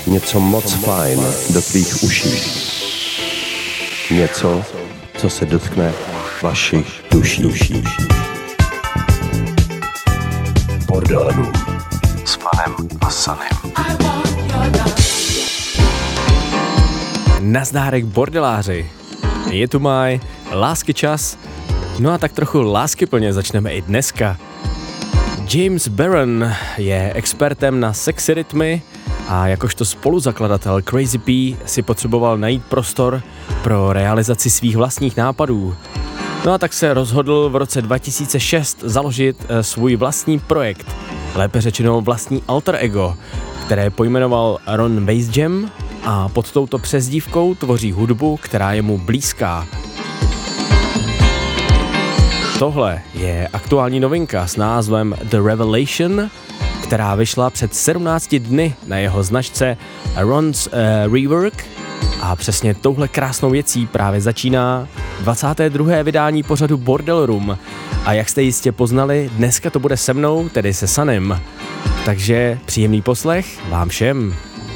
něco moc fajn do tvých uší. Něco, co se dotkne vašich duší. Bordelů s Fanem a Sanem. Nazdárek bordeláři. Je tu máj, lásky čas, no a tak trochu láskyplně začneme i dneska. James Barron je expertem na sexy rytmy a jakožto spoluzakladatel Crazy P si potřeboval najít prostor pro realizaci svých vlastních nápadů. No a tak se rozhodl v roce 2006 založit svůj vlastní projekt, lépe řečeno vlastní alter ego, které pojmenoval Ron Bass Jam a pod touto přezdívkou tvoří hudbu, která je mu blízká. Tohle je aktuální novinka s názvem The Revelation, která vyšla před 17 dny na jeho značce Ron's Rework a přesně touhle krásnou věcí právě začíná 22. vydání pořadu Bordel Room a jak jste jistě poznali, dneska to bude se mnou, tedy se Sanem. Takže příjemný poslech vám všem.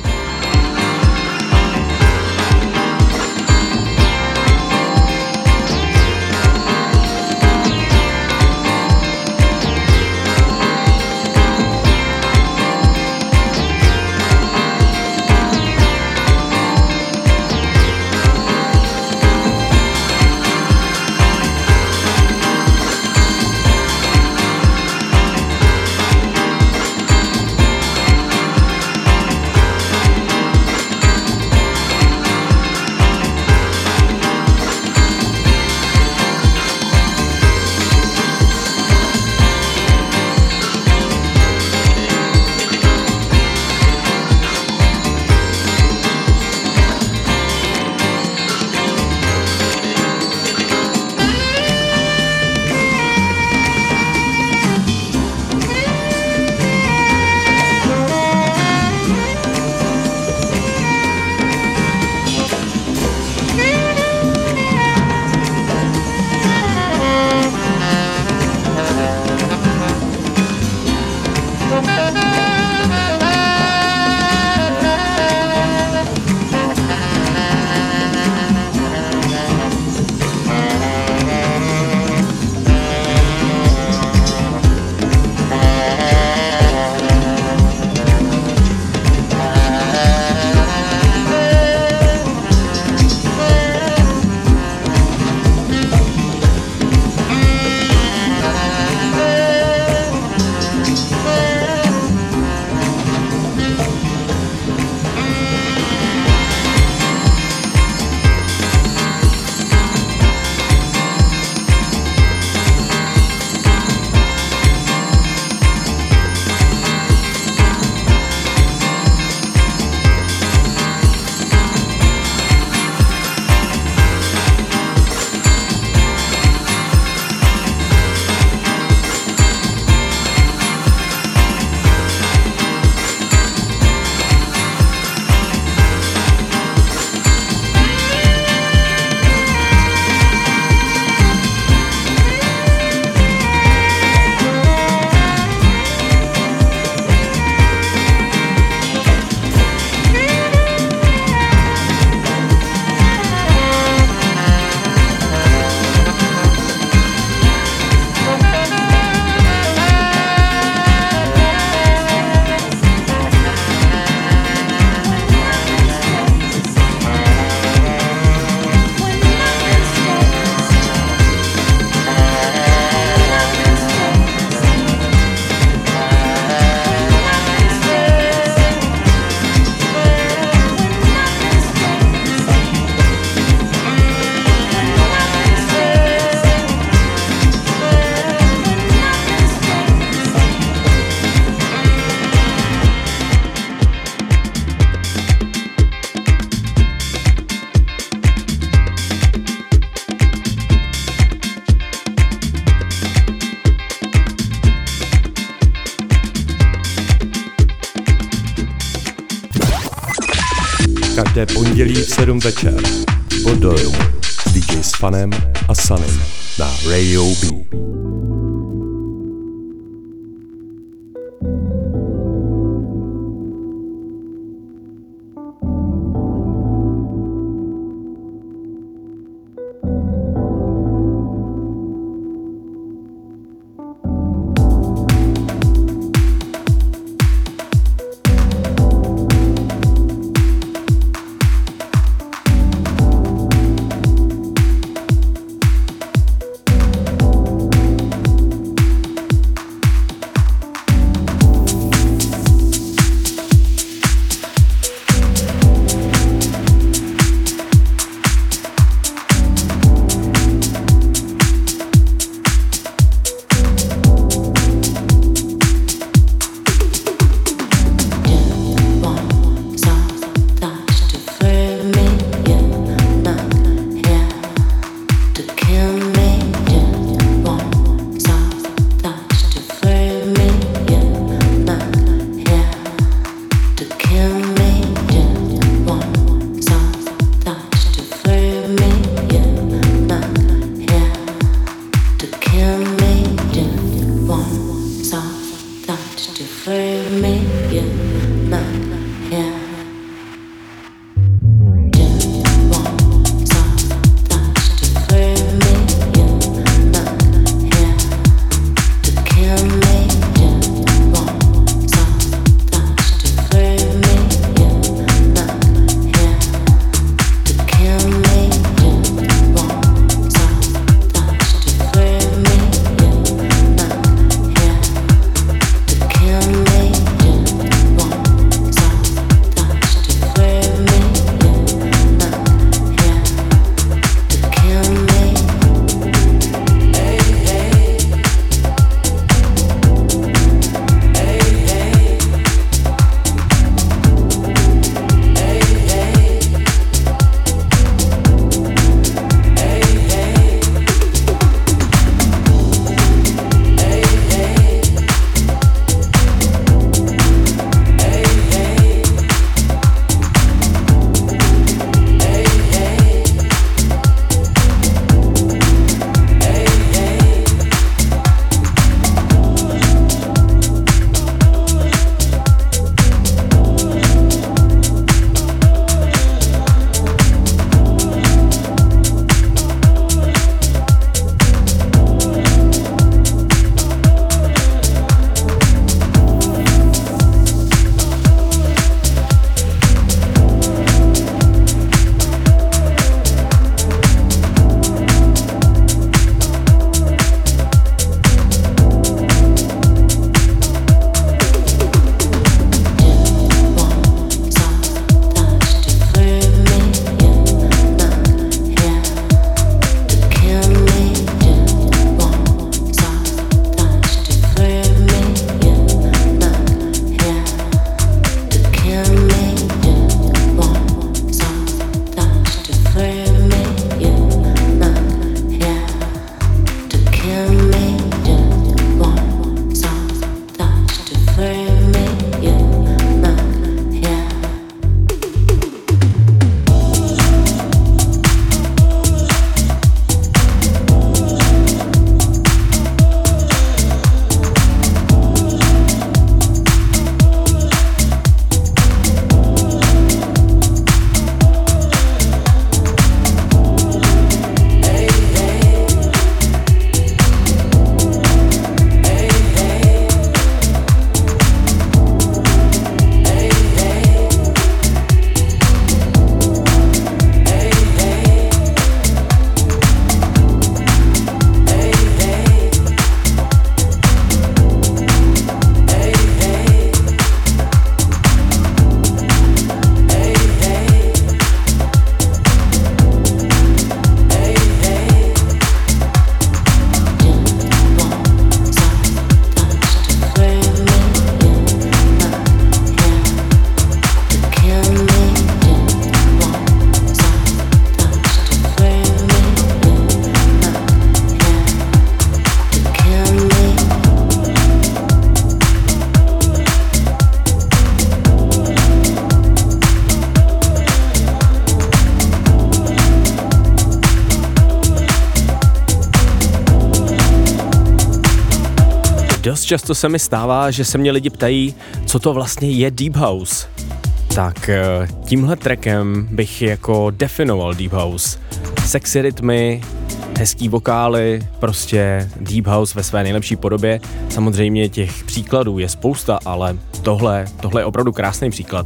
Každé pondělí v 7 večer Bordel Room s DJ s Fanem a Sanem na Radio B. Dost často se mi stává, že se mě lidi ptají, co to vlastně je Deep House. Tak tímhle trackem bych jako definoval Deep House. Sexy rytmy, hezký vokály, prostě Deep House ve své nejlepší podobě. Samozřejmě těch příkladů je spousta, ale tohle je opravdu krásný příklad.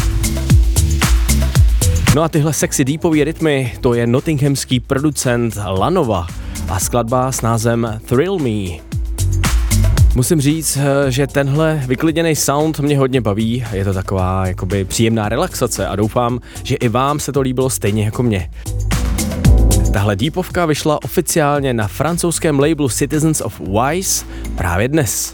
No a tyhle sexy deepový rytmy, to je nottinghamský producent Lanova a skladba s názvem Thrill Me. Musím říct, že tenhle vyklidněný sound mě hodně baví, je to taková jakoby příjemná relaxace a doufám, že i vám se to líbilo stejně jako mě. Tahle deepovka vyšla oficiálně na francouzském labelu Citizens of Wise právě dnes.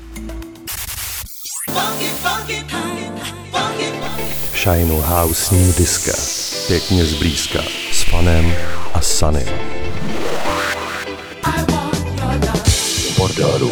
Shinu House New Disco. Pěkně zblízka s Fanem a Sunnym. Bordeaux.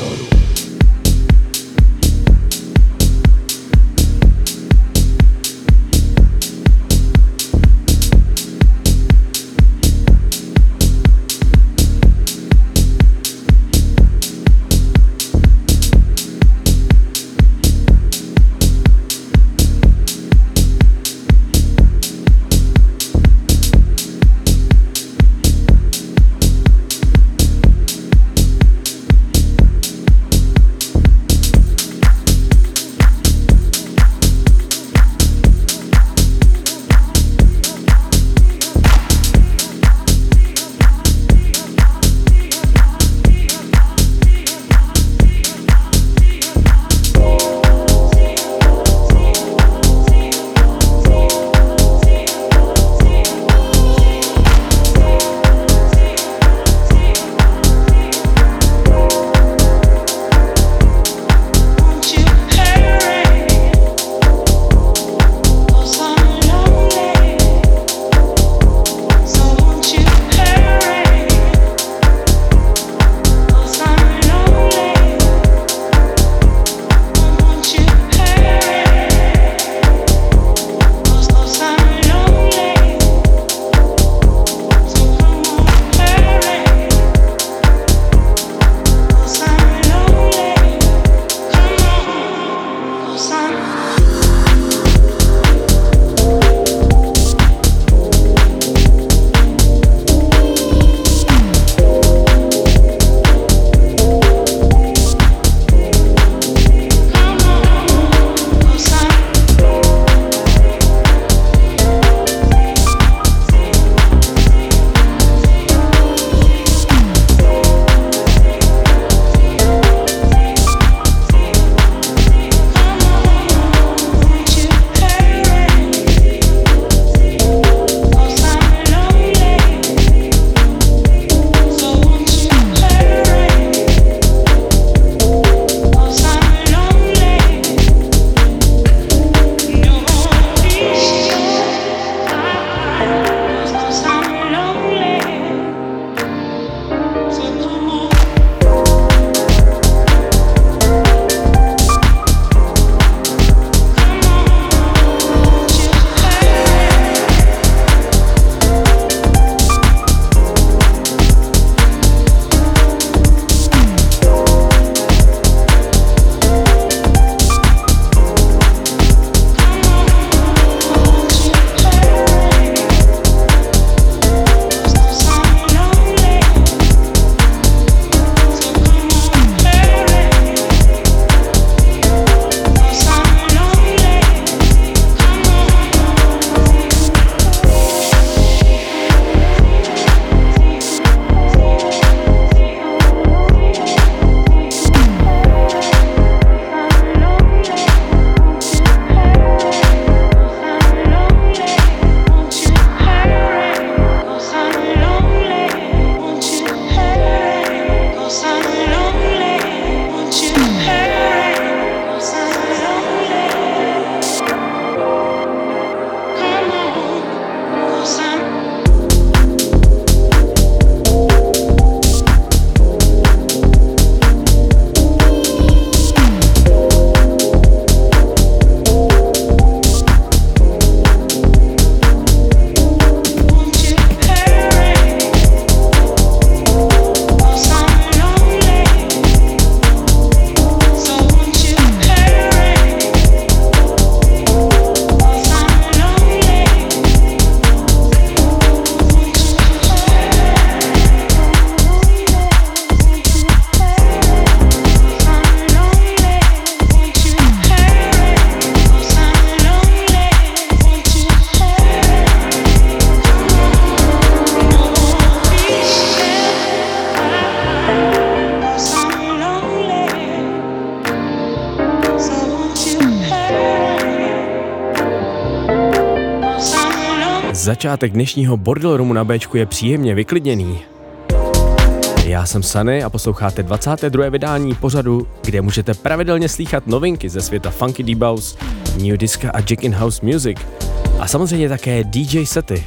Začátek dnešního Bordel Roomu na Bčku je příjemně vyklidněný. Já jsem Sunny a posloucháte 22. vydání pořadu, kde můžete pravidelně slýchat novinky ze světa funky deep house, new disca a jack in house music a samozřejmě také DJ sety.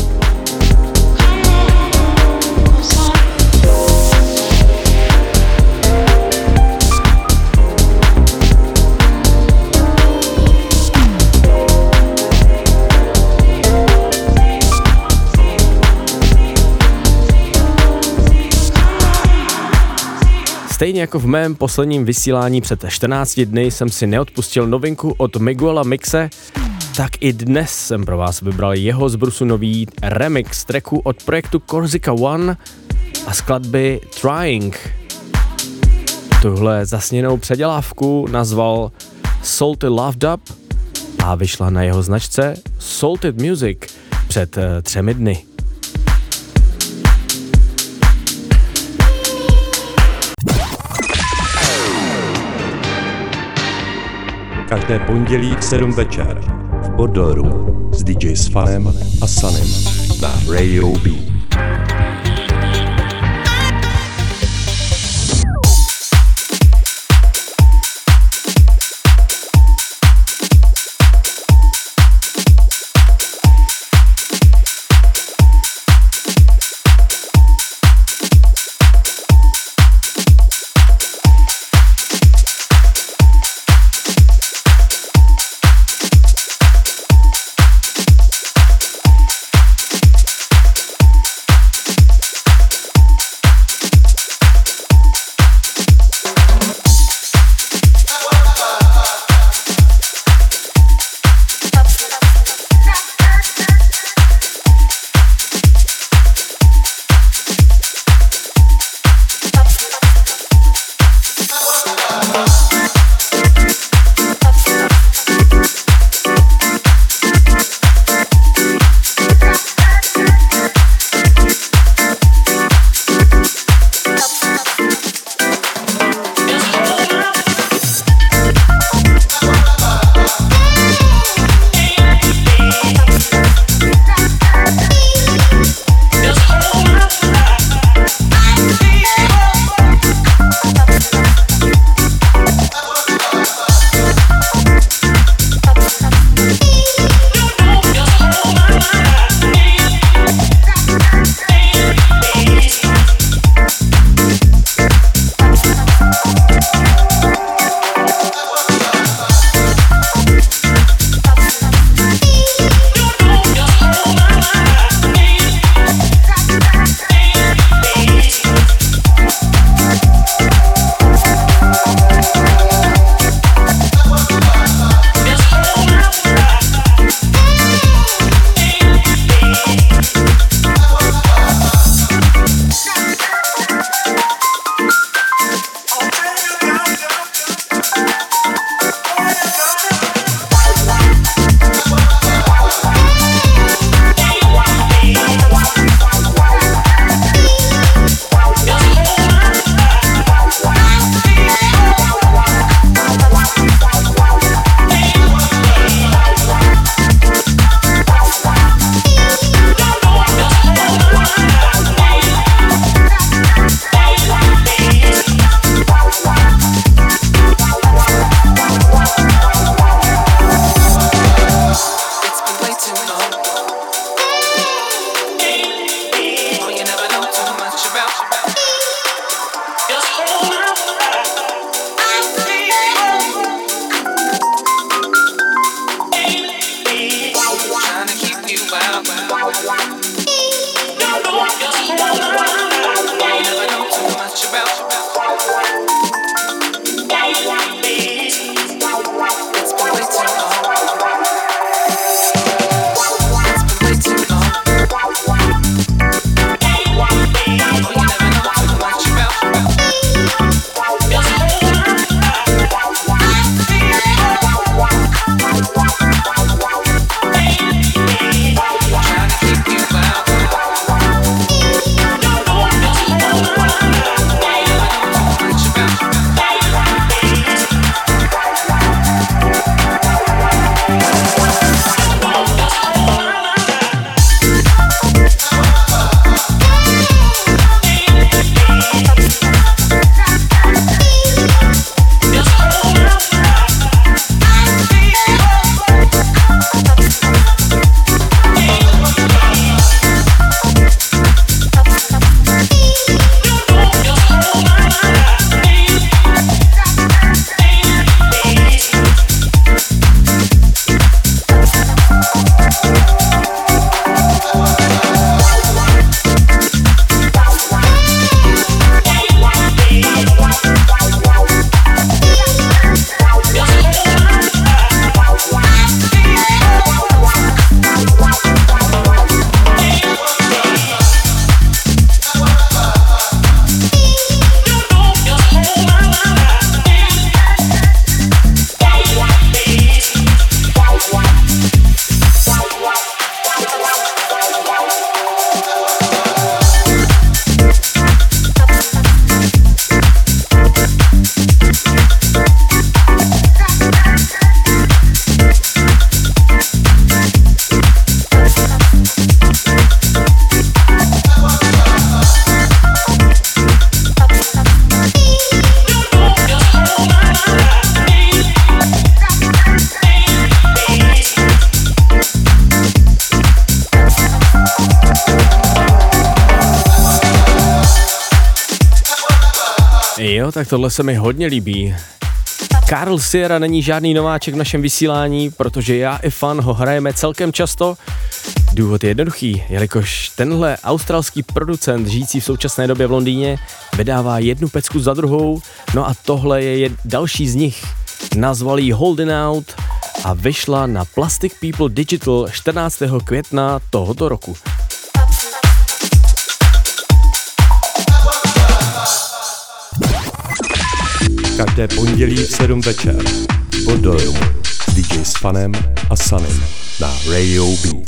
Stejně jako v mém posledním vysílání před 14 dny jsem si neodpustil novinku od Miguela Mixe, tak i dnes jsem pro vás vybral jeho z brusu nový remix tracku od projektu Corsica One a skladby Trying. Tuhle zasněnou předělávku nazval Salty Loved Up a vyšla na jeho značce Salted Music před 3 dny. Každé pondělí v 7 večer v Bordel Room s DJ Fanem a Sunnym na Radio B. Jo, tak tohle se mi hodně líbí. Carl Sierra není žádný nováček v našem vysílání, protože já i fan ho hrajeme celkem často. Důvod je jednoduchý, jelikož tenhle australský producent žijící v současné době v Londýně vydává jednu pecku za druhou, no a tohle je další z nich. Nazval ji Holding Out a vyšla na Plastic People Digital 14. května tohoto roku. Každé pondělí v 7 večer po domu s DJ Fanem a Sunem na Radio B.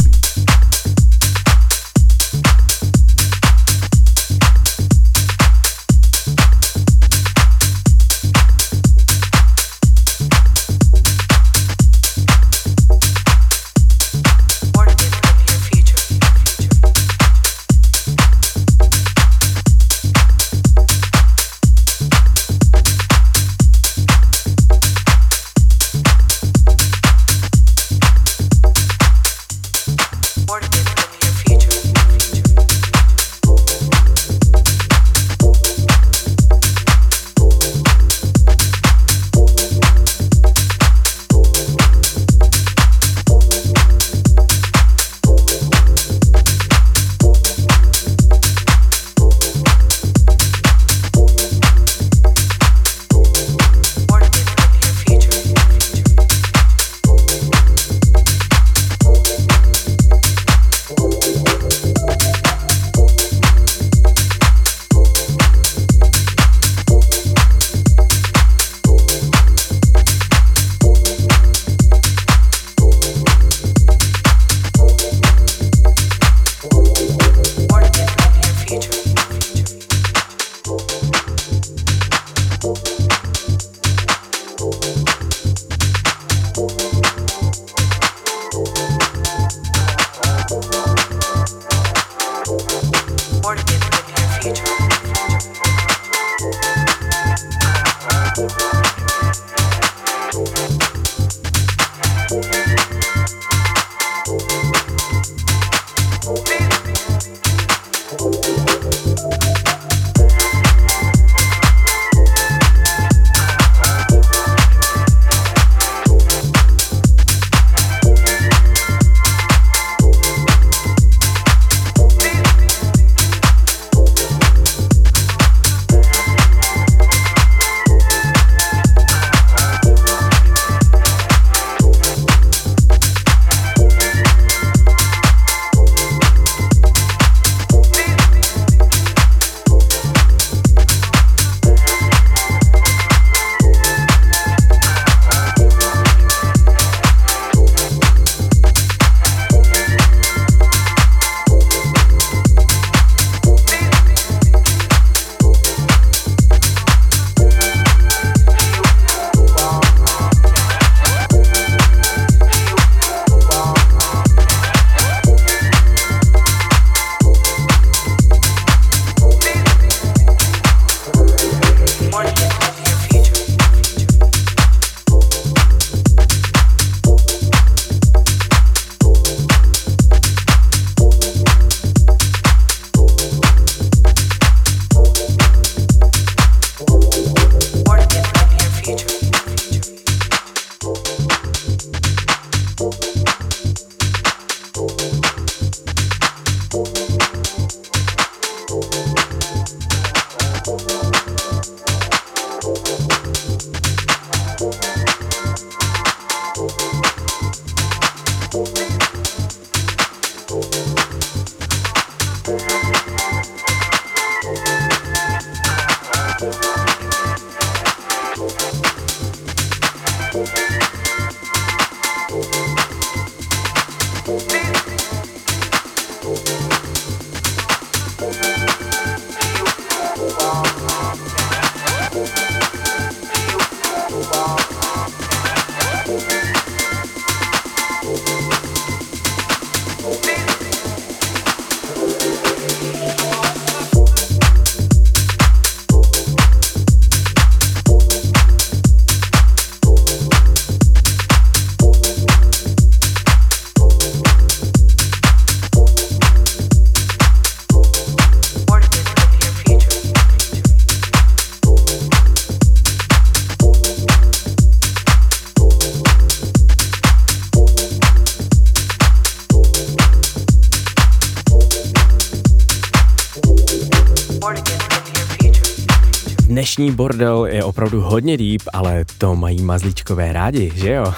dnešní bordel je opravdu hodně deep, ale to mají mazlíčkové rádi, že jo?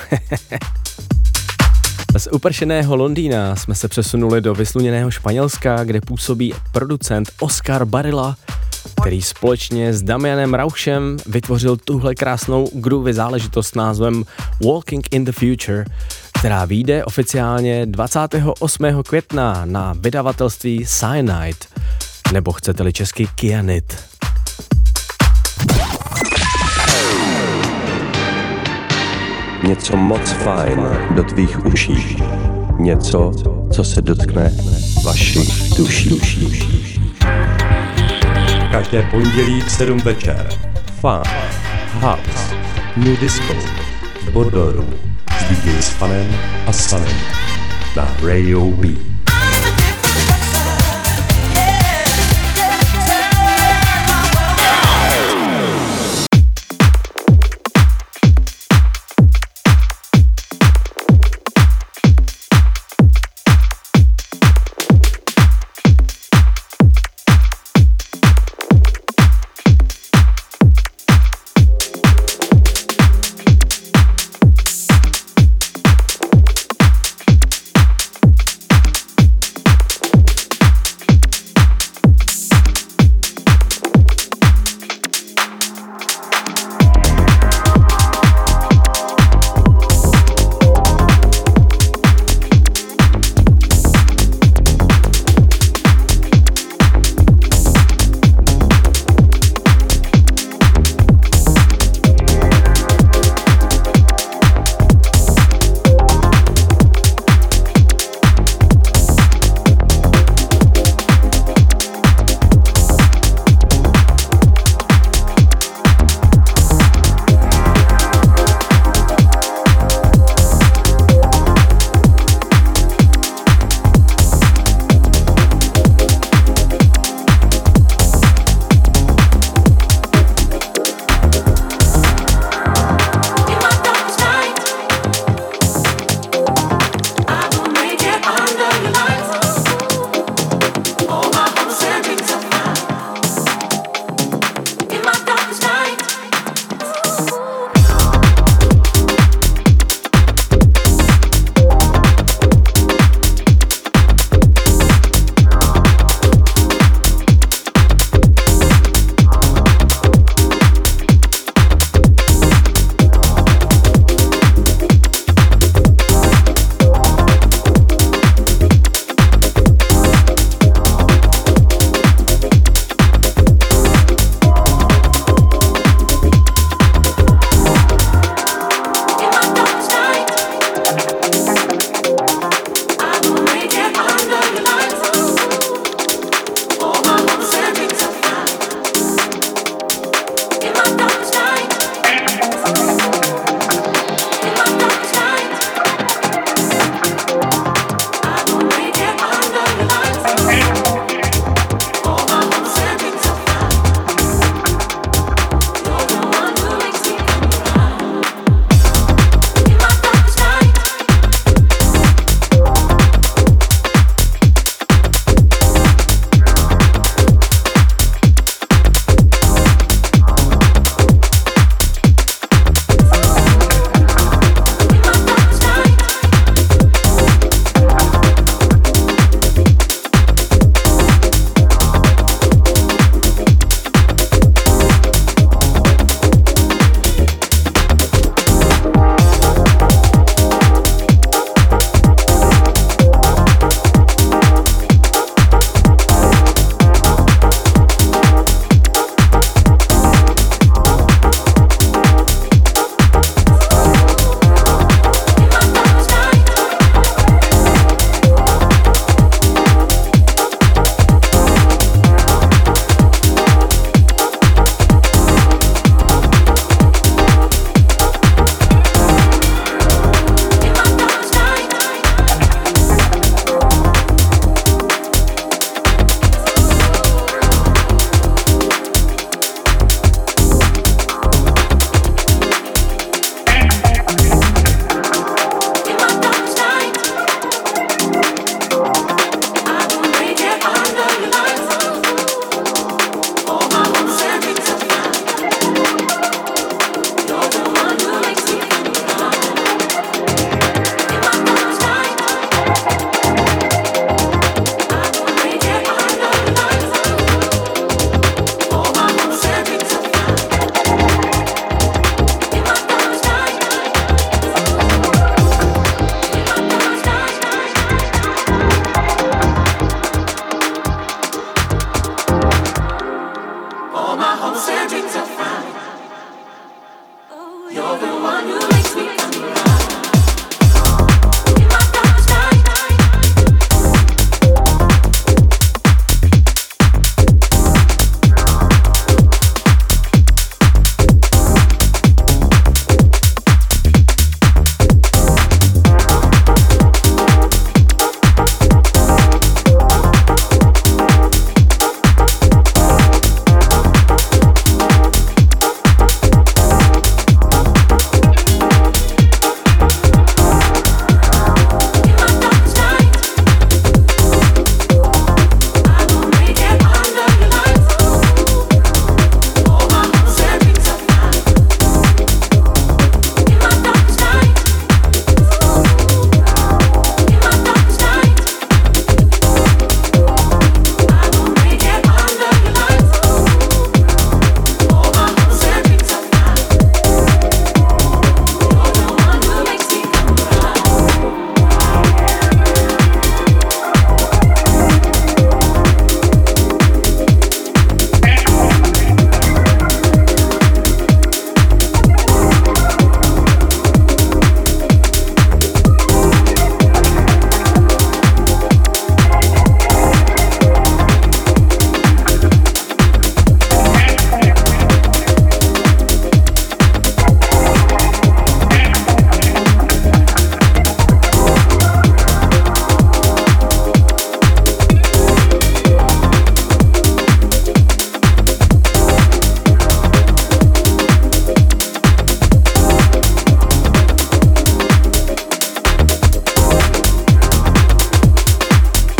Z upršeného Londýna jsme se přesunuli do vysluněného Španělska, kde působí producent Oscar Barilla, který společně s Damianem Rauchem vytvořil tuhle krásnou groovy záležitost s názvem Walking in the Future, která vyjde oficiálně 28. května na vydavatelství Cyanide, nebo chcete-li česky Kyanid. Něco moc fajn do tvých uší. Něco, co se dotkne vašich duší. Každé pondělí v 7 večer. Fun, house, new disco, bordelů s DJ Fanem a Sanem na Radio B.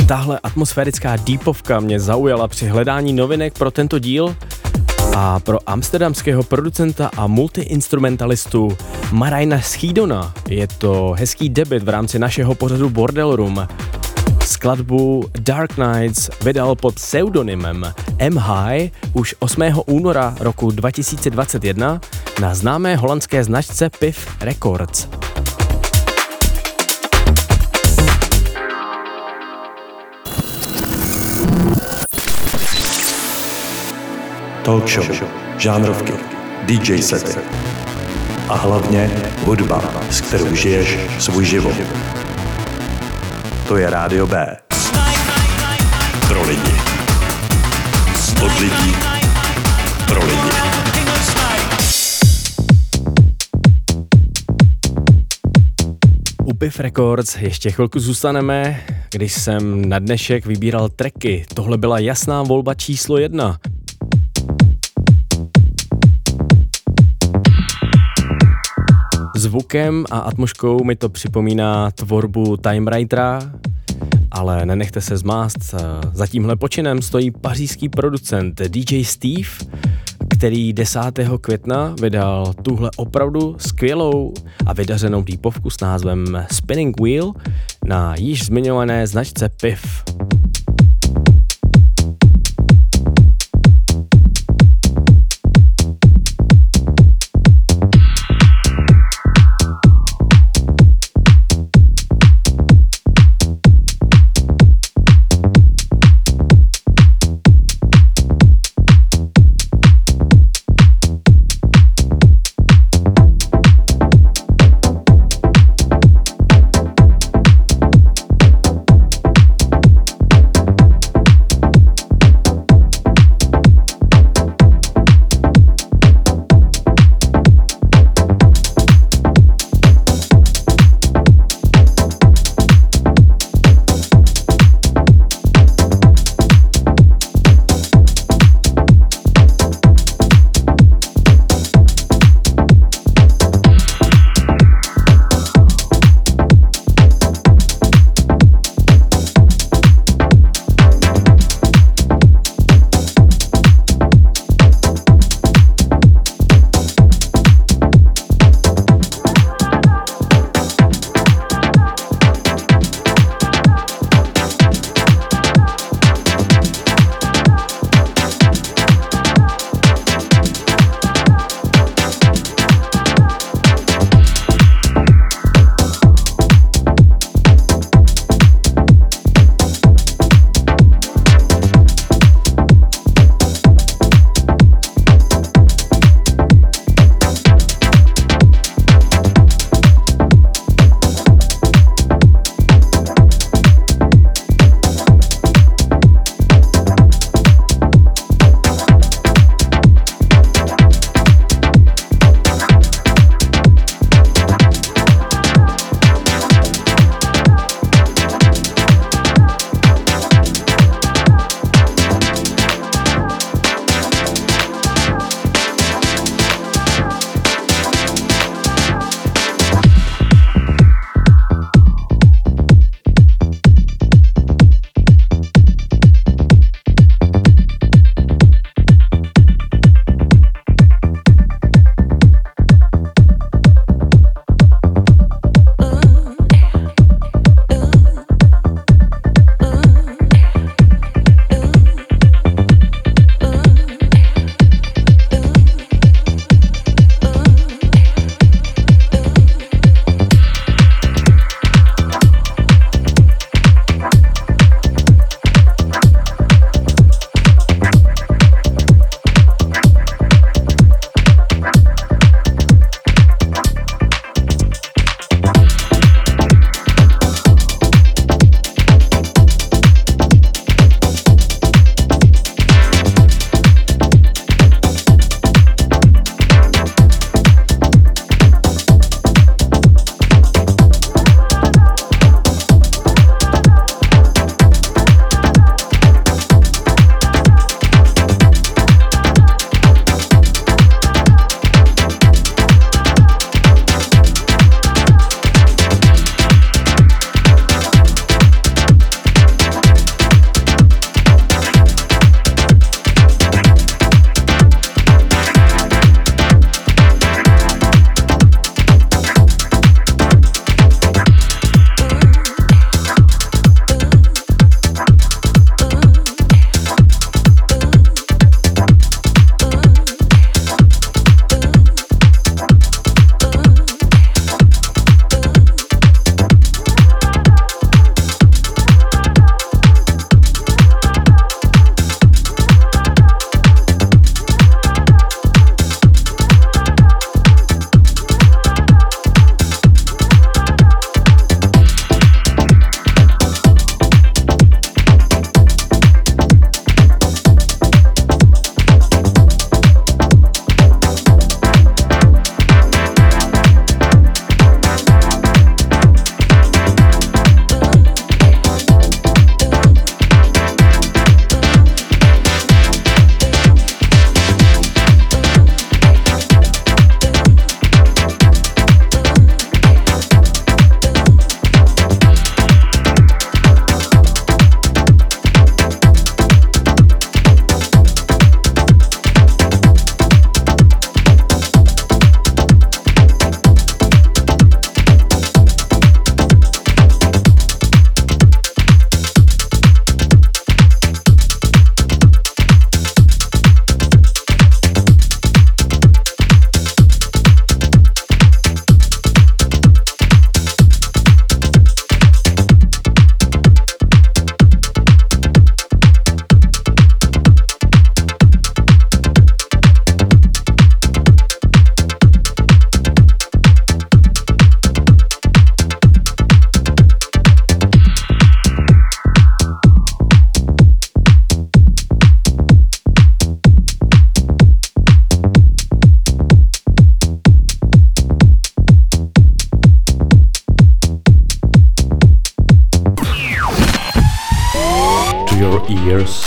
Tahle atmosférická deepovka mě zaujala při hledání novinek pro tento díl a pro amsterdamského producenta a multiinstrumentalistu Marajna Schidona je to hezký debut v rámci našeho pořadu Bordel Room. Skladbu Dark Nights vydal pod pseudonymem M-High už 8. února roku 2021 na známé holandské značce PIF Records. Talk show, žánrovky, DJ sety a hlavně hudba, s kterou žiješ svůj život. To je Rádio B. Pro lidi. Od lidí. Pro lidi. U PIF Records ještě chvilku zůstaneme, když jsem na dnešek vybíral tracky. Tohle byla jasná volba číslo 1. Zvukem a atmosférou mi to připomíná tvorbu Time Writera, ale nenechte se zmást. Za tímhle počinem stojí pařížský producent DJ Steve, který 10. května vydal tuhle opravdu skvělou a vydařenou deepovku s názvem Spinning Wheel na již zmiňované značce PIF.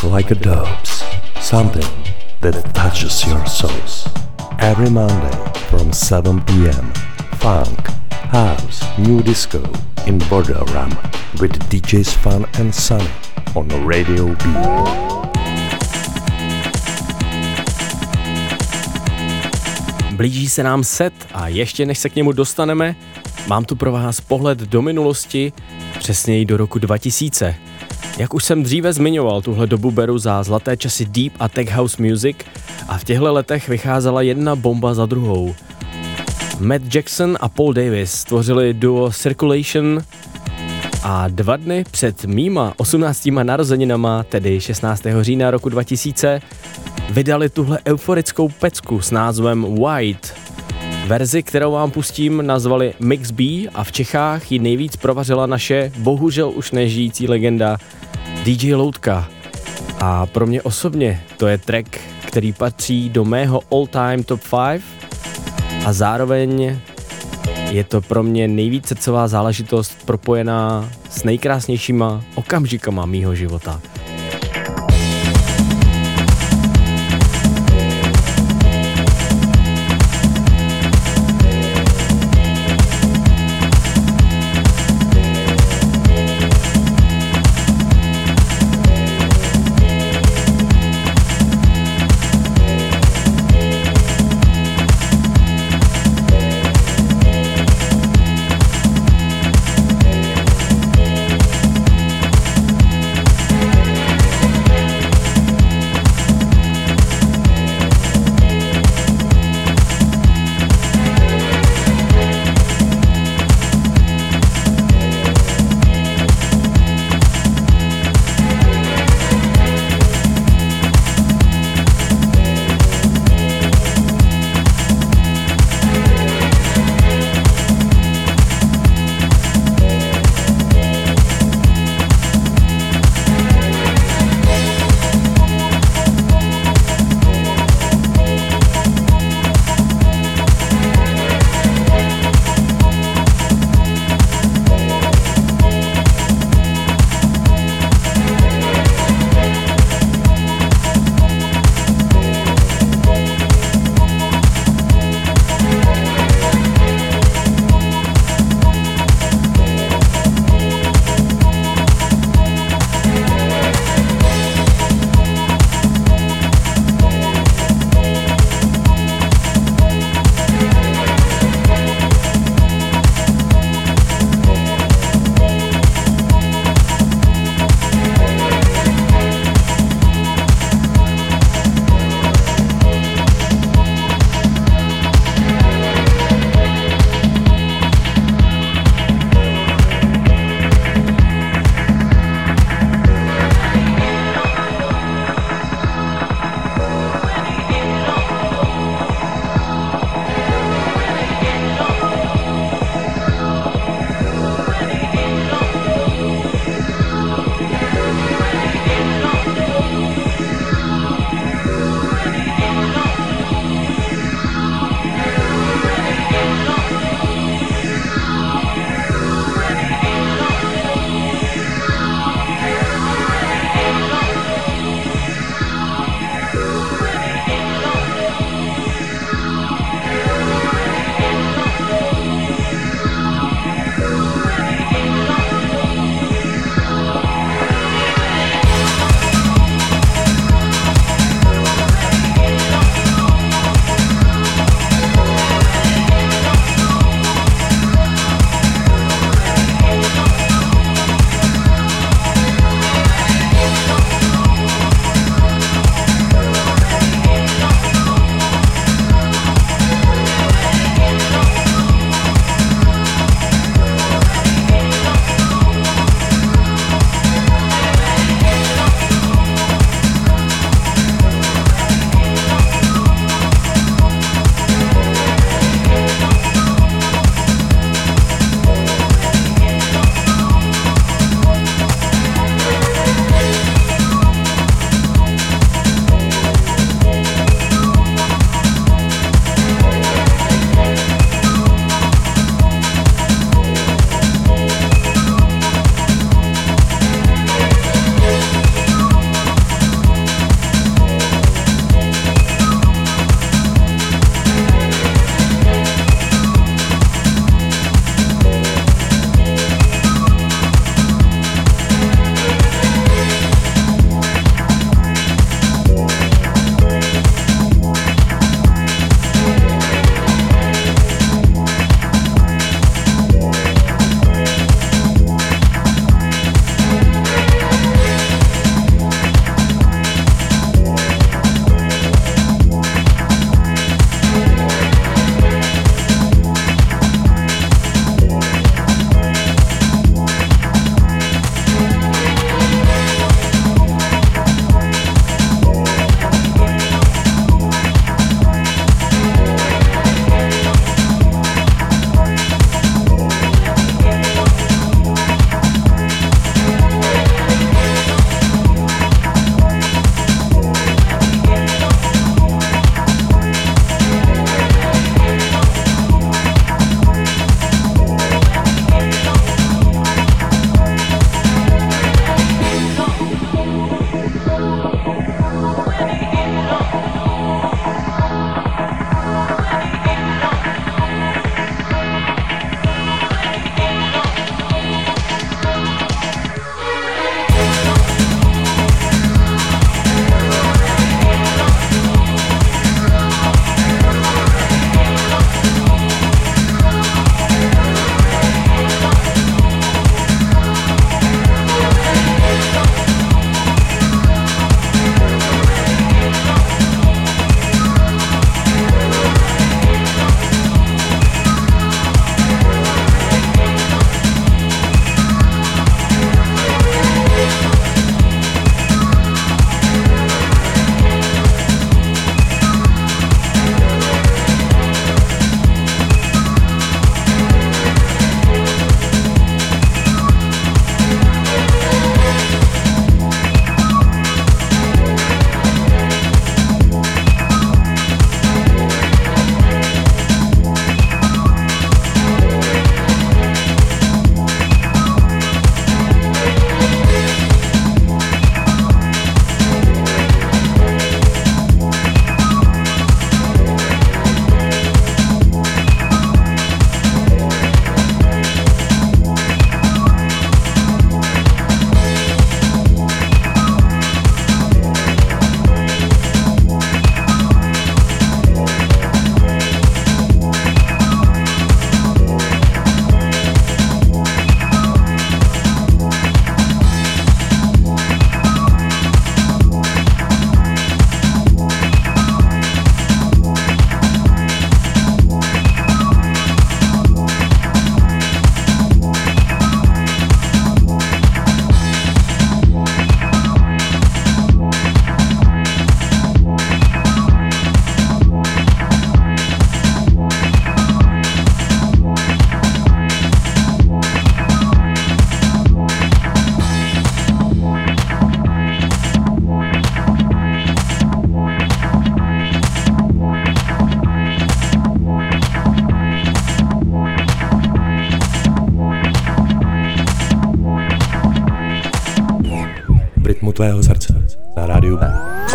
It's like a dopes, something that touches your souls. Every Monday from 7 p.m. Funk, house, new disco in Borderam with DJs Fun and Sunny on Radio B. Blíží se nám set a ještě než se k němu dostaneme, mám tu pro vás pohled do minulosti, přesněji do roku 2000. Jak už jsem dříve zmiňoval, tuhle dobu beru za zlaté časy deep a tech house music a v těchto letech vycházela jedna bomba za druhou. Matt Jackson a Paul Davis stvořili duo Circulation a 2 dny před mýma 18. narozeninama, tedy 16. října roku 2000, vydali tuhle euforickou pecku s názvem White. Verzi, kterou vám pustím, nazvali Mix B a v Čechách ji nejvíc provařila naše bohužel už nežijící legenda DJ Loutka. A pro mě osobně to je track, který patří do mého all-time top 5 a zároveň je to pro mě nejvíc srdcová záležitost propojená s nejkrásnějšíma okamžikama mýho života. rytmu tvého srdce na rádiu B.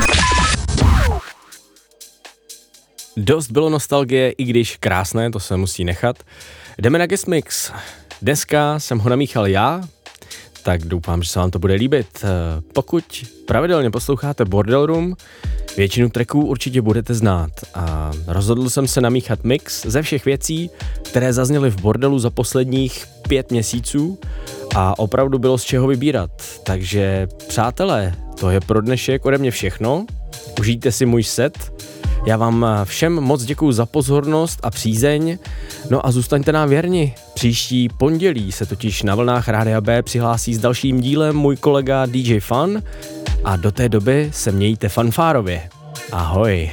Dost bylo nostalgie, i když krásné, to se musí nechat. Jdeme na guest mix. Dneska jsem ho namíchal já, tak doufám, že se vám to bude líbit. Pokud pravidelně posloucháte Bordel Room, většinu tracků určitě budete znát a rozhodl jsem se namíchat mix ze všech věcí, které zazněly v bordelu za posledních 5 měsíců a opravdu bylo z čeho vybírat. Takže přátelé, to je pro dnešek ode mě všechno. Užijte si můj set. Já vám všem moc děkuju za pozornost a přízeň, no a zůstaňte nám věrni. Příští pondělí se totiž na vlnách Rádia B přihlásí s dalším dílem můj kolega DJ Fun a do té doby se mějte fanfárově. Ahoj.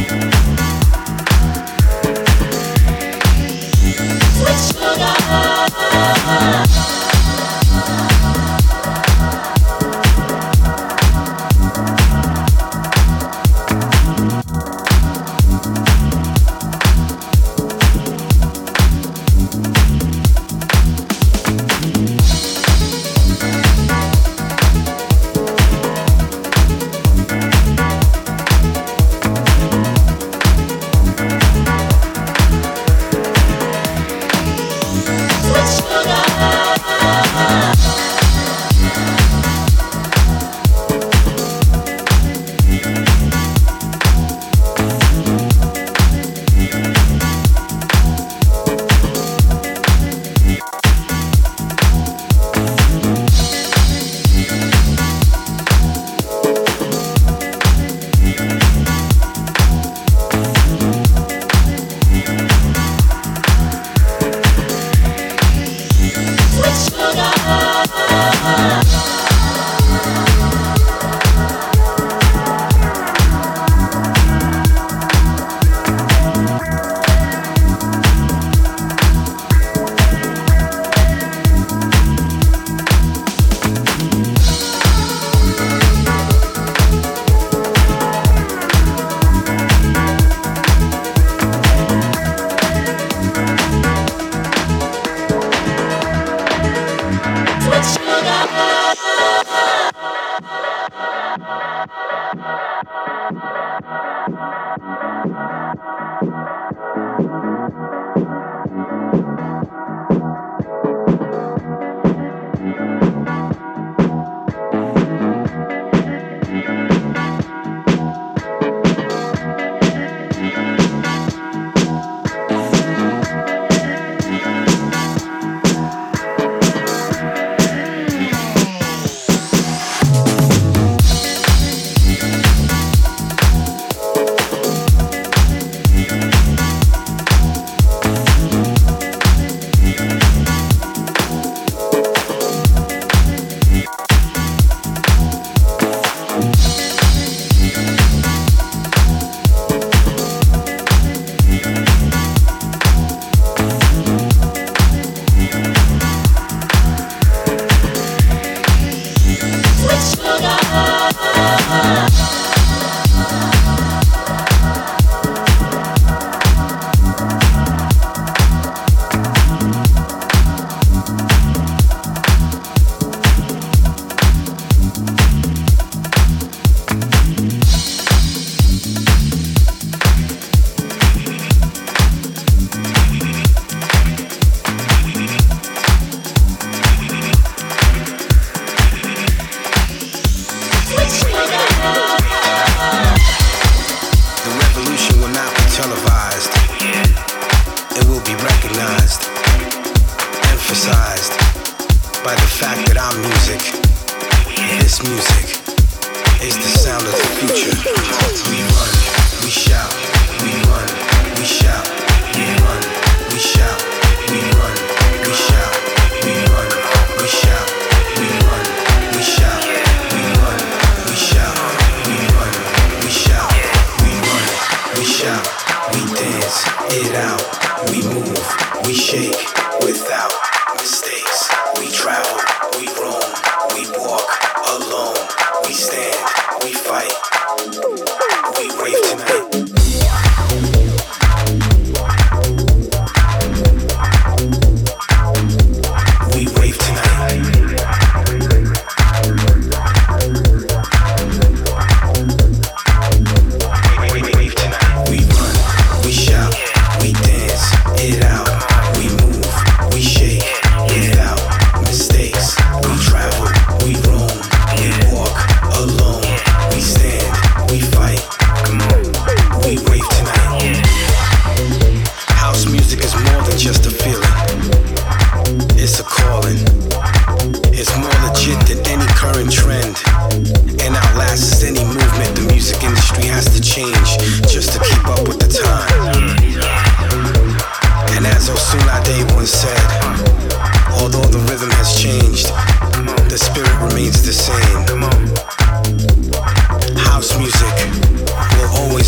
House music will always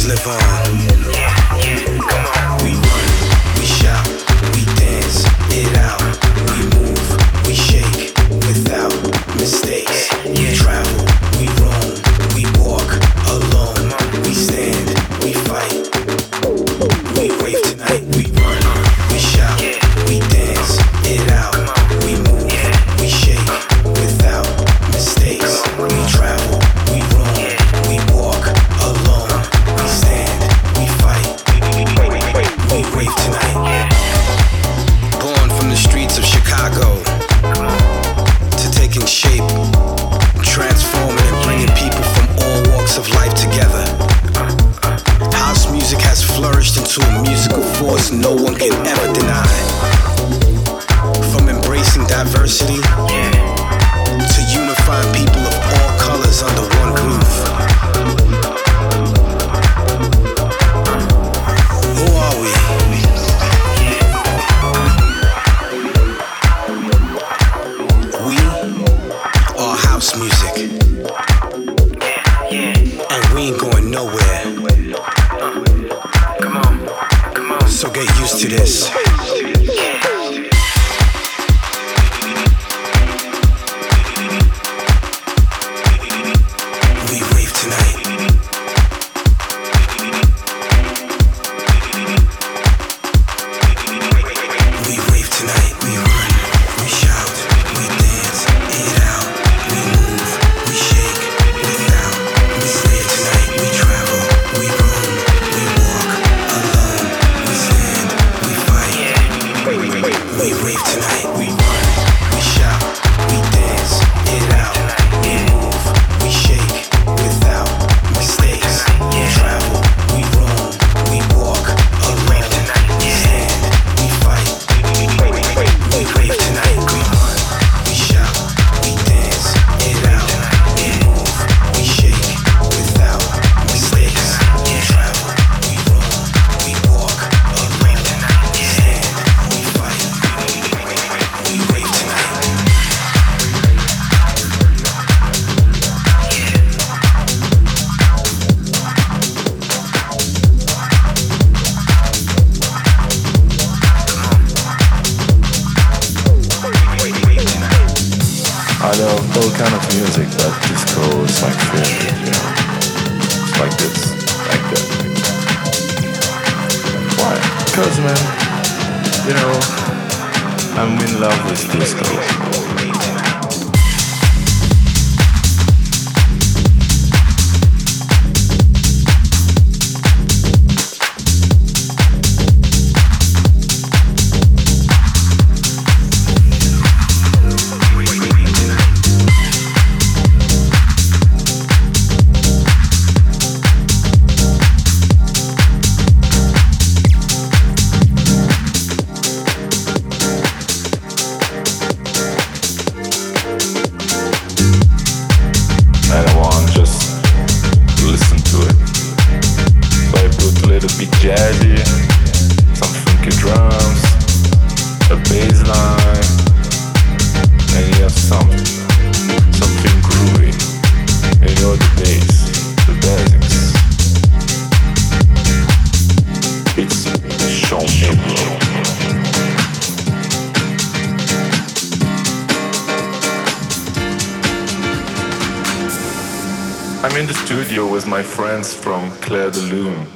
live on. Come on. We run, we shout, we dance it out. We move, we shake without mistakes. We travel, we roam, we walk alone. We stand, we fight. We rave tonight. We run, we shout, we dance it out. We move, we shake without mistakes. We travel, we roam, we walk alone. We stand, we fight. We rave tonight. Born from the streets of Chicago to taking shape, transforming and bringing people from all walks of life together. House music has flourished into a musical force no one can ever deny. From embracing diversity to unifying people of all colors under one roof. Who are we? We are house music. And we ain't going nowhere. Come on. So get used to this. We rave tonight. We rave tonight. We run, we shout, we dance it out. We move, we shake without mistake tonight. We travel, we roam, we walk alone. We stand, we fight. We rave tonight. We run, we shout, we dance it out. We move, we shake without mistakes. We travel, we roam, we walk alone. We stand, we fight. We rave tonight. We run, we shout, we dance it out. We move, we shake without mistakes. We travel, we roam, we walk alone. We stand, we fight. We rave tonight. I love all kind of music, but disco is my favorite, you know. It's like this, like that. Why? Because, man, you know, I'm in love with disco. Jazzy, some funky drums, a bass line, and you have something groovy, and you know the bass, the basics. It's Sean Mabrough. I'm in the studio with my friends from Claire de Lune.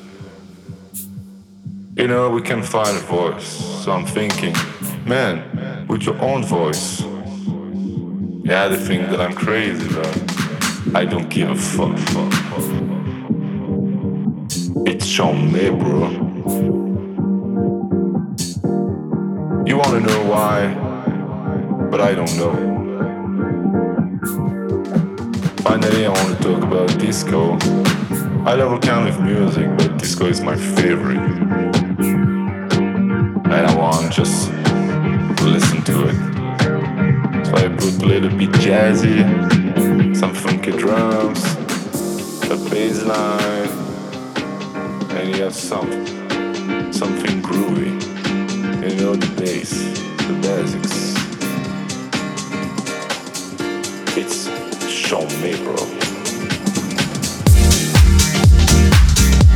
You know, we can find a voice, so I'm thinking, man, with your own voice. Yeah, they think that I'm crazy, but I don't give a fuck. It's Sean Mabrough. You wanna know why, but I don't know. Finally, I wanna talk about disco. I love all kind of music, but disco is my favorite. And I want just to listen to it. So I put a little bit jazzy, some funky drums, a bass line, and you have something groovy. You know the bass, the basics. It's Sean Mabrough.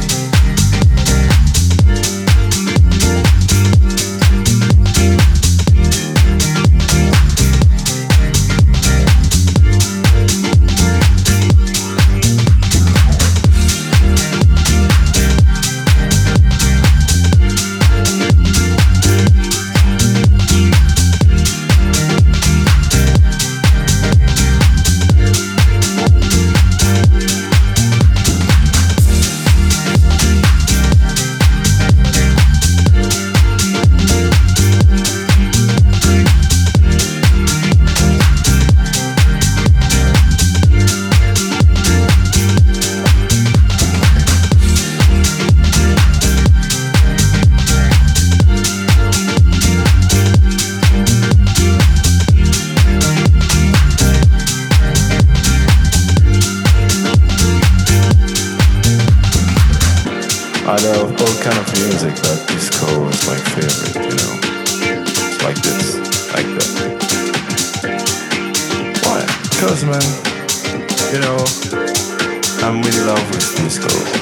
Out of all kind of music, that disco is my favorite, you know. It's like this, like that. Why? Because, man, you know, I'm in love with disco.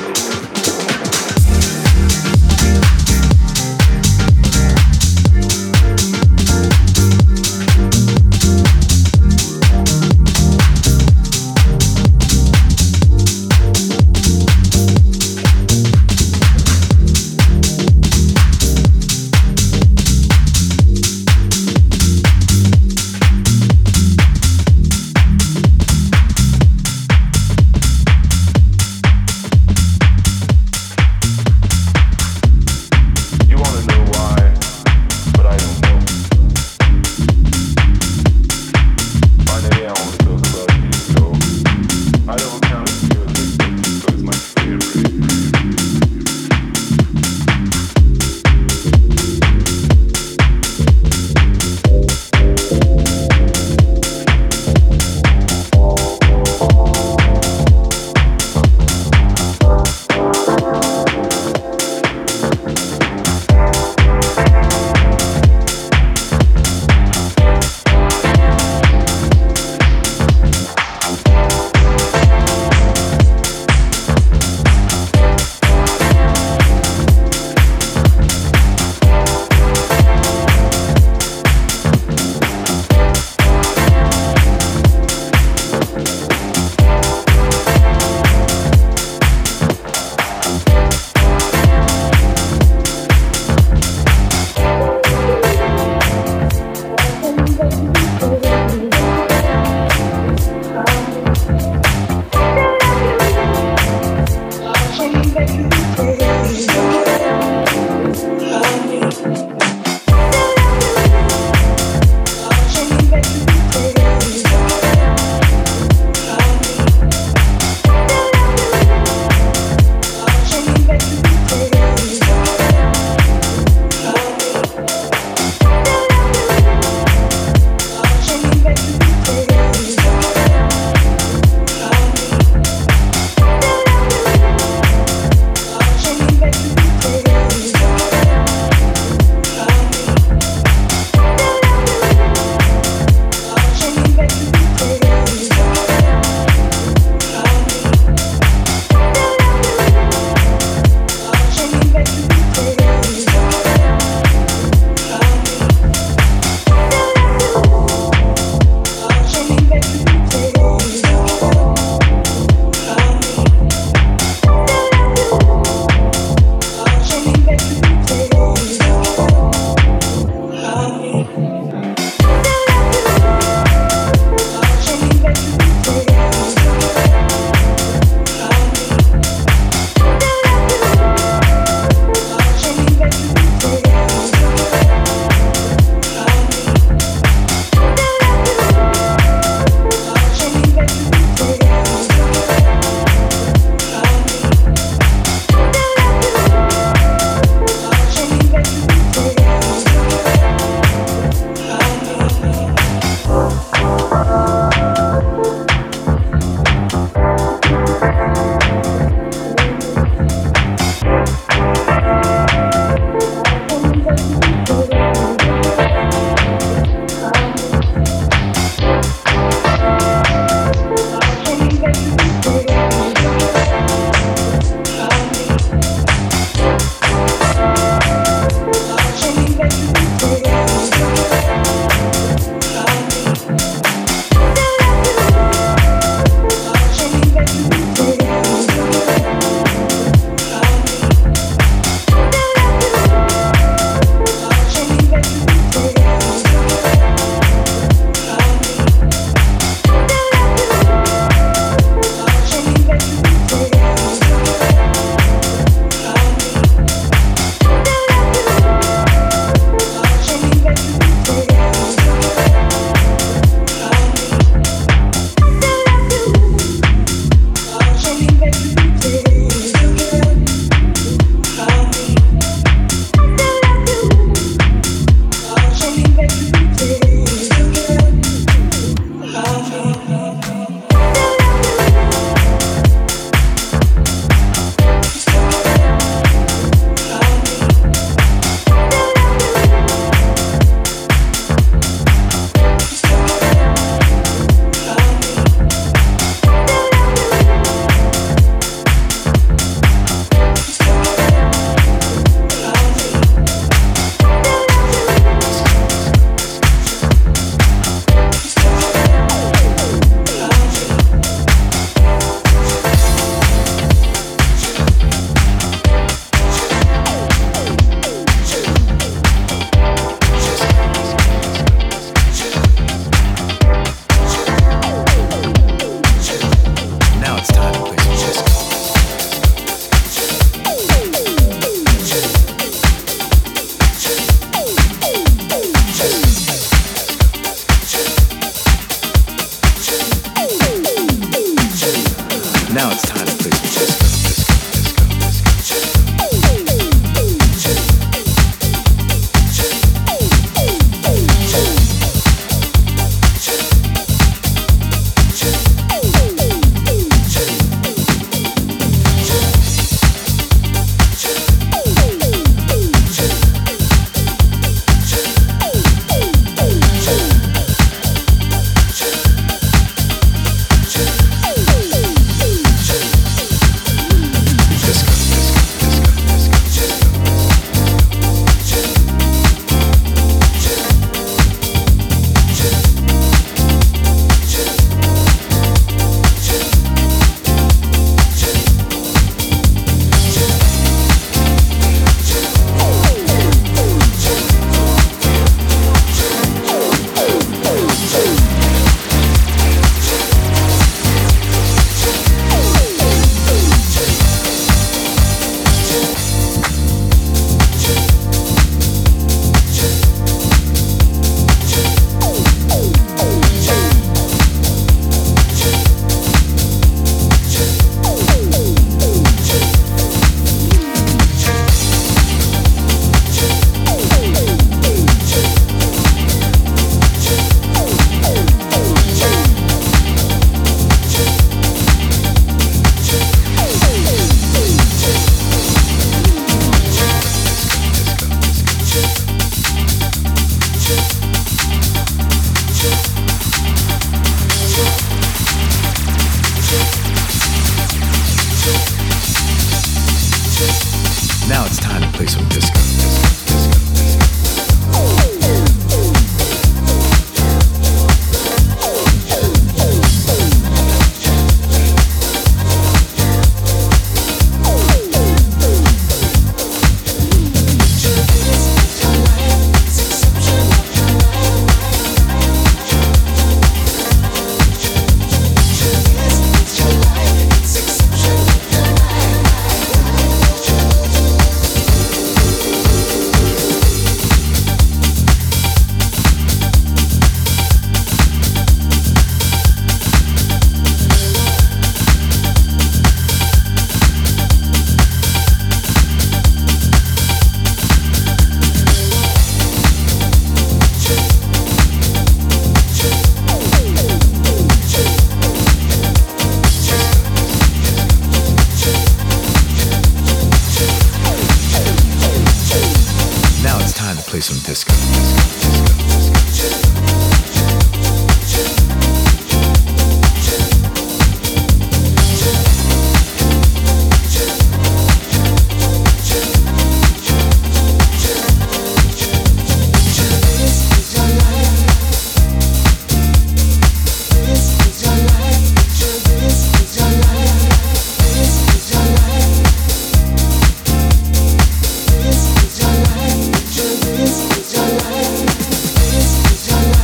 Back Now it's time to play some disco. Some disco. This is your life.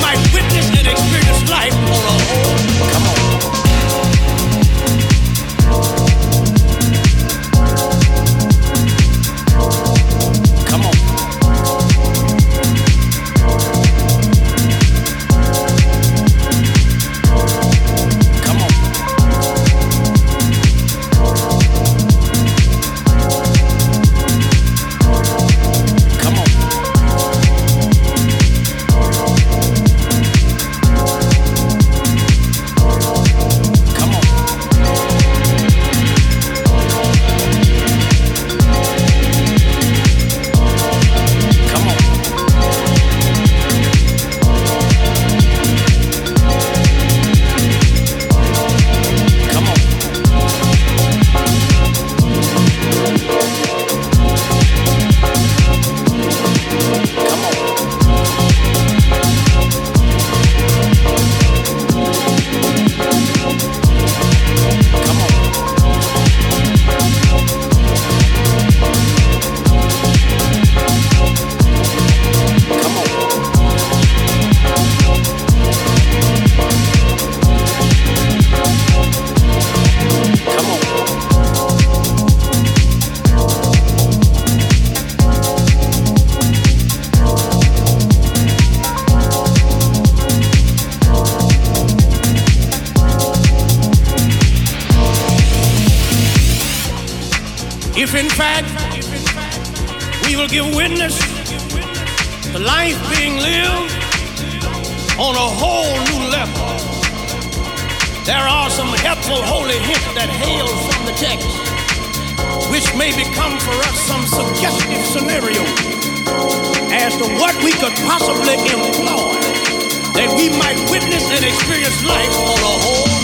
might witness and experience life on a whole. Come on. If in fact we will give witness to life being lived on a whole new level, there are some helpful holy hints that hail from the text, which may become for us some suggestive scenario as to what we could possibly employ that we might witness and experience life on a whole new level.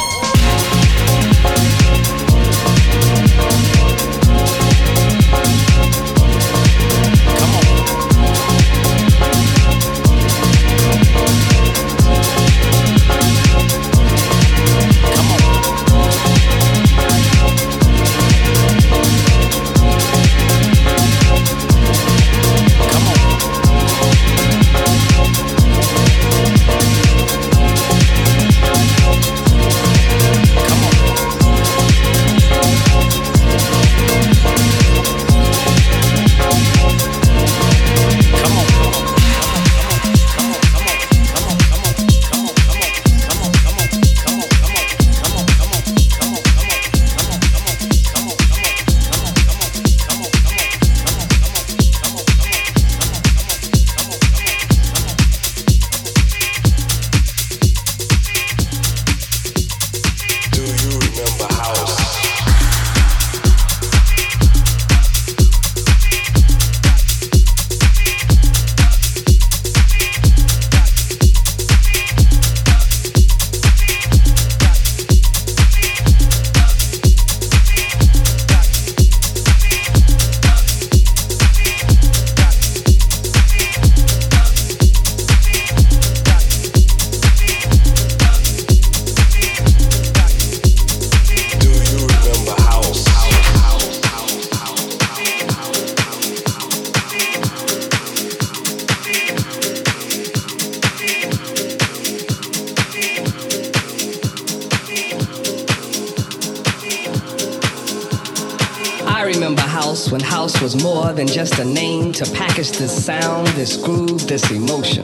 When house was more than just a name to package this sound, this groove, this emotion.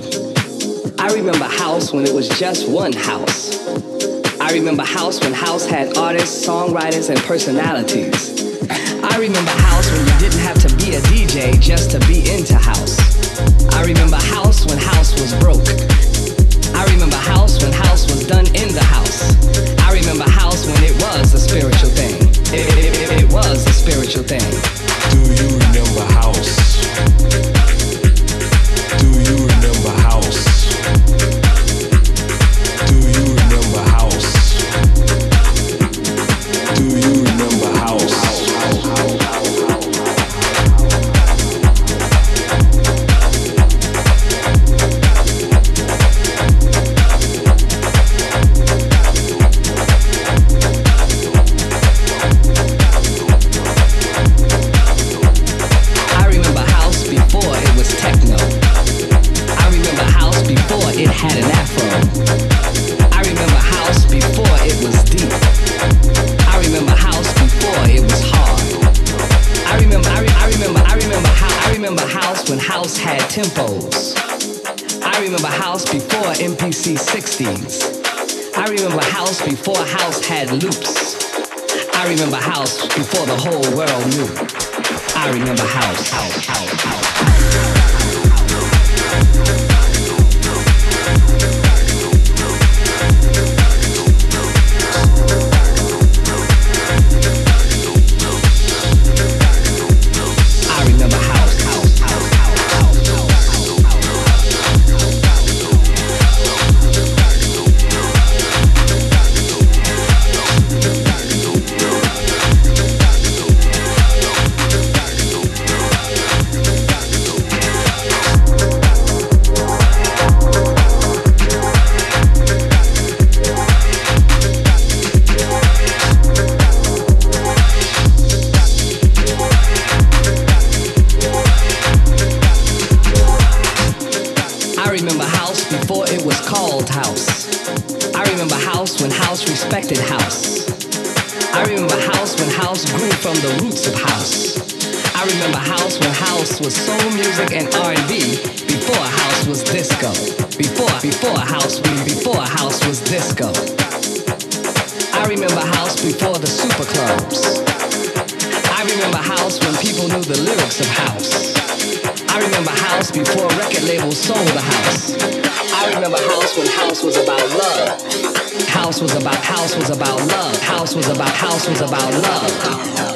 I remember house when it was just one house. I remember house when house had artists, songwriters, and personalities. I remember house when you didn't have to be a DJ just to be into house. I remember house when house was broke. I remember house when house was done in the house. I remember house when it was a spiritual thing. It was a spiritual thing. Do you remember house? Do you remember house? Do you remember house? Do you remember house? DC 60s. I remember house before house had loops. I remember house before the whole world knew. I remember house. Respected house. I remember house when house grew from the roots of house. I remember house when house was soul music and R&B before house was disco. Before house was disco. I remember house before the super clubs. I remember house when people knew the lyrics of house. I remember house before record labels sold the house. I remember house when house was about love. House was about love. House was about love.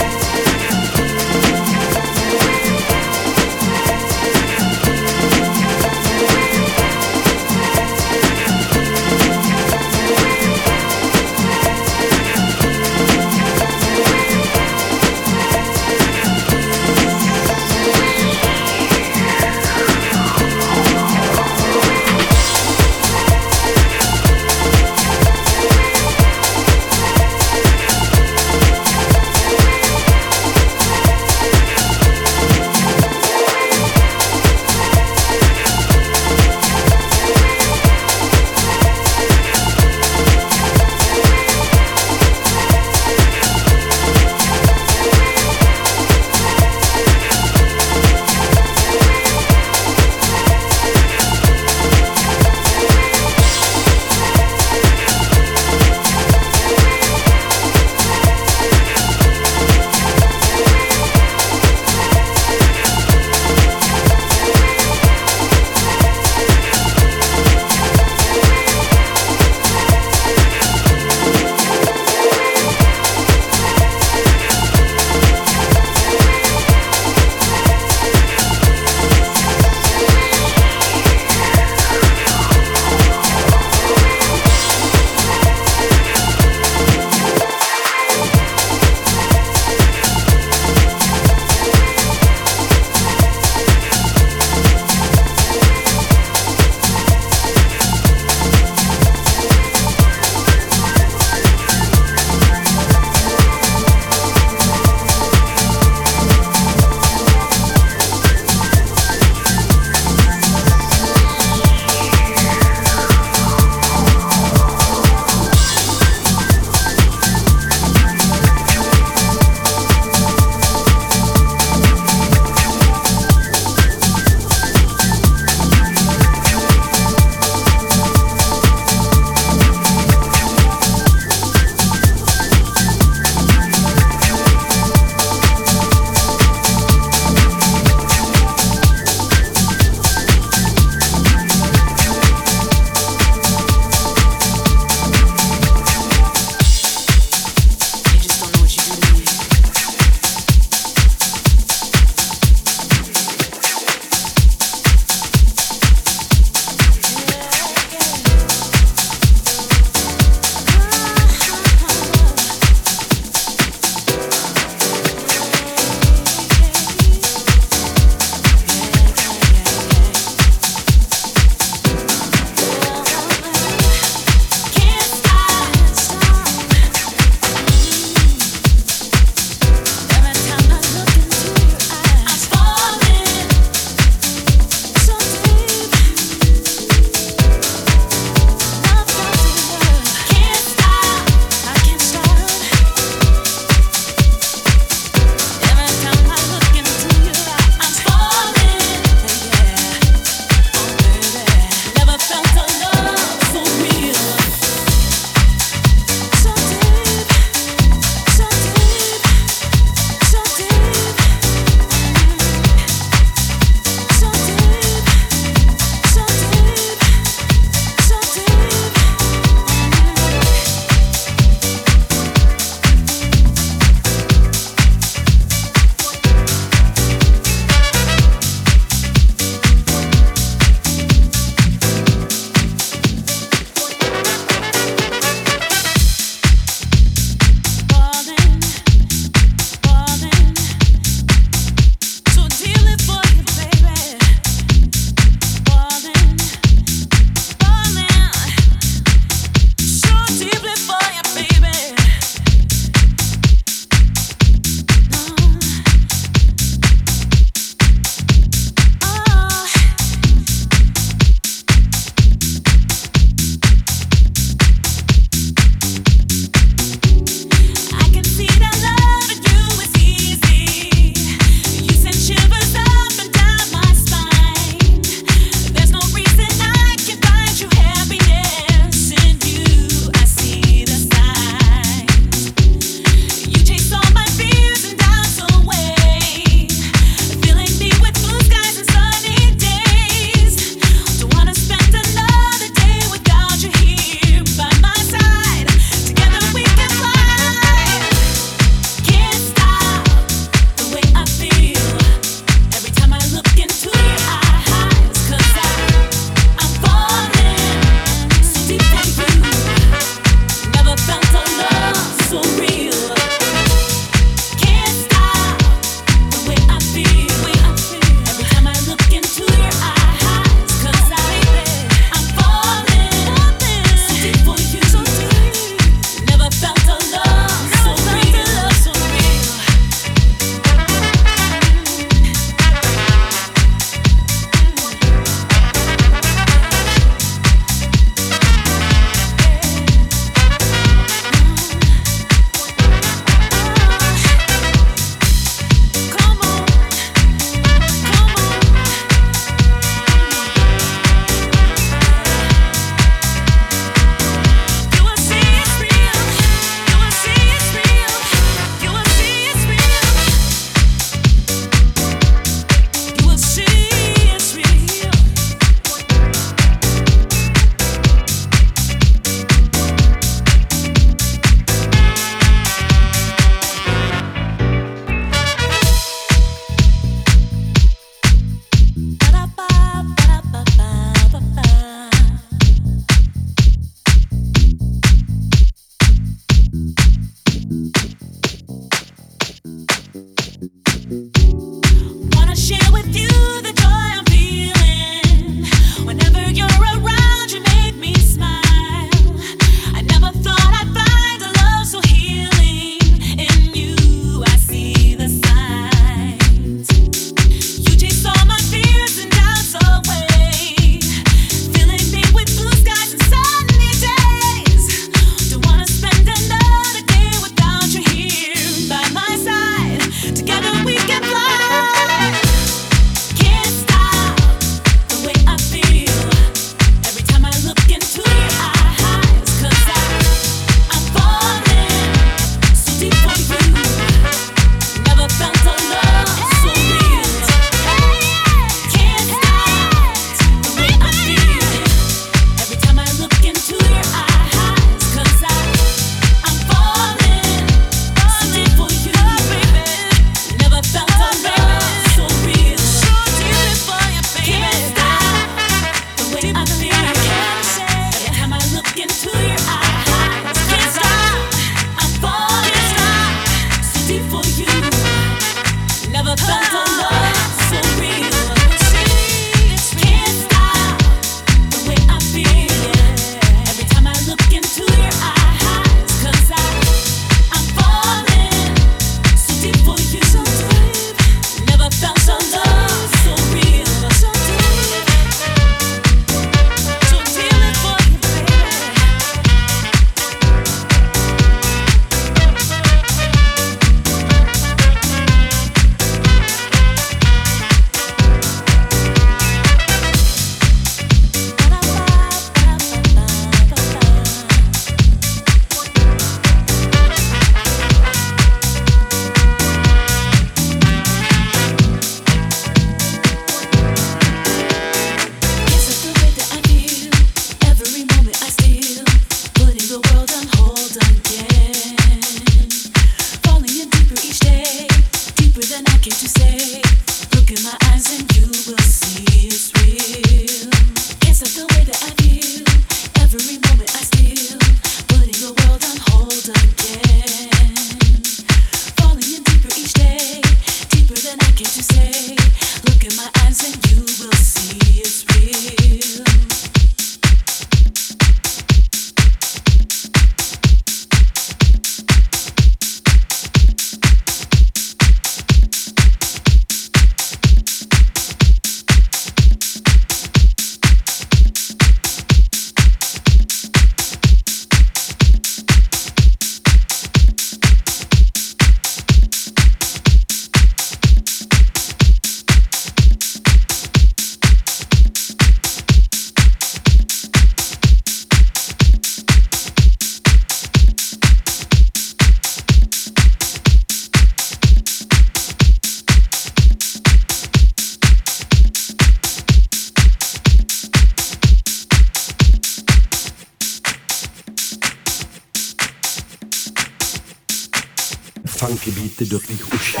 funky beaty do tvých uší.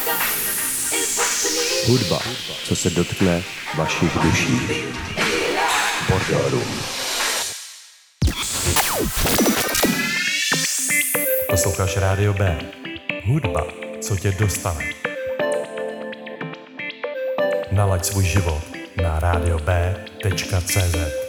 Hudba, co se dotkne vašich duší. Bordel Room. Posloucháš Rádio B. Hudba, co tě dostane. Nalaď svůj život na radiob.cz.